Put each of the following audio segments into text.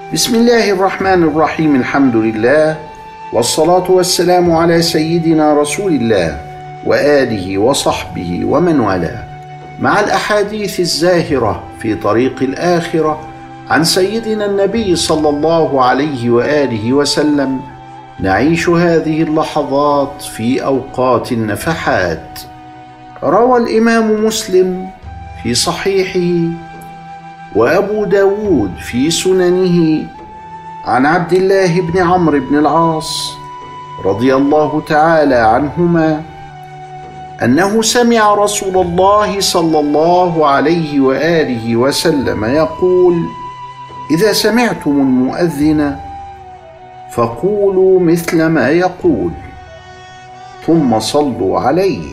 بسم الله الرحمن الرحيم. الحمد لله، والصلاة والسلام على سيدنا رسول الله وآله وصحبه ومن والاه، مع الأحاديث الزاهرة في طريق الآخرة عن سيدنا النبي صلى الله عليه وآله وسلم. نعيش هذه اللحظات في أوقات النفحات. روى الإمام مسلم في صحيحه وأبو داود في سننه عن عبد الله بن عمرو بن العاص رضي الله تعالى عنهما أنه سمع رسول الله صلى الله عليه وآله وسلم يقول: إذا سمعتم المؤذن فقولوا مثل ما يقول، ثم صلوا عليه،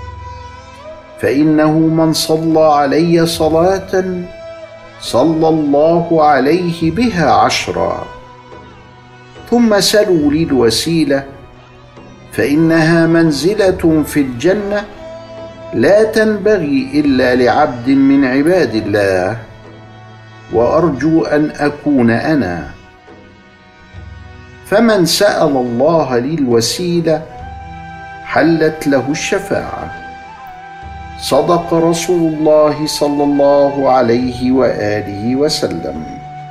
فإنه من صلى علي صلاة صلى الله عليه بها 10. ثم سلوا لي الوسيلة، فإنها منزلة في الجنة لا تنبغي إلا لعبد من عباد الله، وأرجو أن أكون أنا. فمن سأل الله لي الوسيلة حلت له الشفاعة. صدق رسول الله صلى الله عليه وآله وسلم.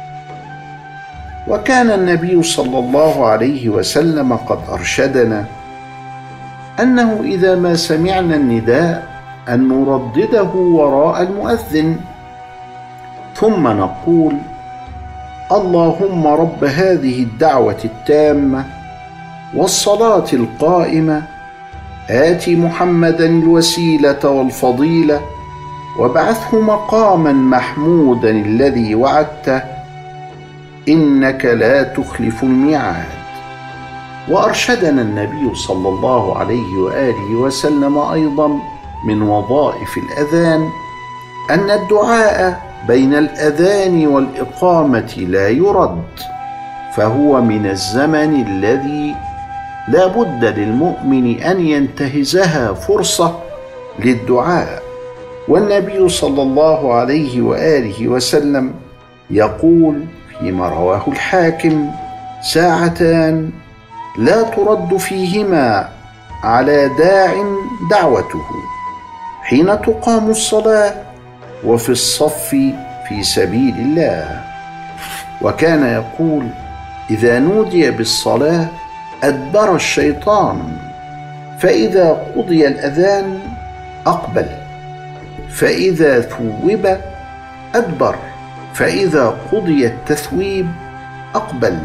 وكان النبي صلى الله عليه وسلم قد أرشدنا أنه إذا ما سمعنا النداء أن نردده وراء المؤذن، ثم نقول: اللهم رب هذه الدعوة التامة والصلاة القائمة، آت محمدا الوسيلة والفضيلة وابعثه مقاما محمودا الذي وعدته، إنك لا تخلف الميعاد. وأرشدنا النبي صلى الله عليه وآله وسلم أيضا من وظائف الأذان أن الدعاء بين الأذان والإقامة لا يرد، فهو من الزمن الذي لا بد للمؤمن أن ينتهزها فرصة للدعاء. والنبي صلى الله عليه وآله وسلم يقول فيما رواه الحاكم: ساعتان لا ترد فيهما على داع دعوته، حين تقام الصلاة وفي الصف في سبيل الله. وكان يقول: إذا نودي بالصلاة أدبر الشيطان، فإذا قضي الأذان أقبل، فإذا ثوب أدبر، فإذا قضي التثويب أقبل.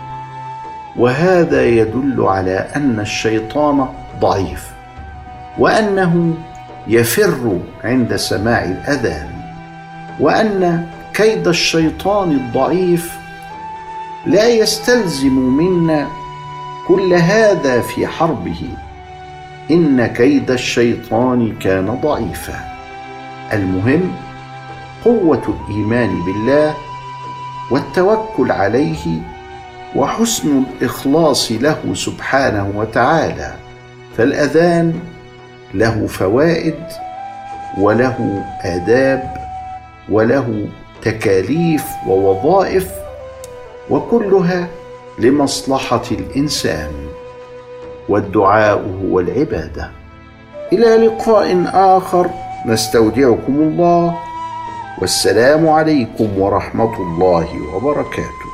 وهذا يدل على أن الشيطان ضعيف، وأنه يفر عند سماع الأذان، وأن كيد الشيطان الضعيف لا يستلزم منا كل هذا في حربه. إن كيد الشيطان كان ضعيفا. المهم قوة الإيمان بالله والتوكل عليه وحسن الإخلاص له سبحانه وتعالى. فالأذان له فوائد وله آداب وله تكاليف ووظائف، وكلها لمصلحة الإنسان، والدعاء هو العبادة. إلى لقاء آخر، نستودعكم الله، والسلام عليكم ورحمة الله وبركاته.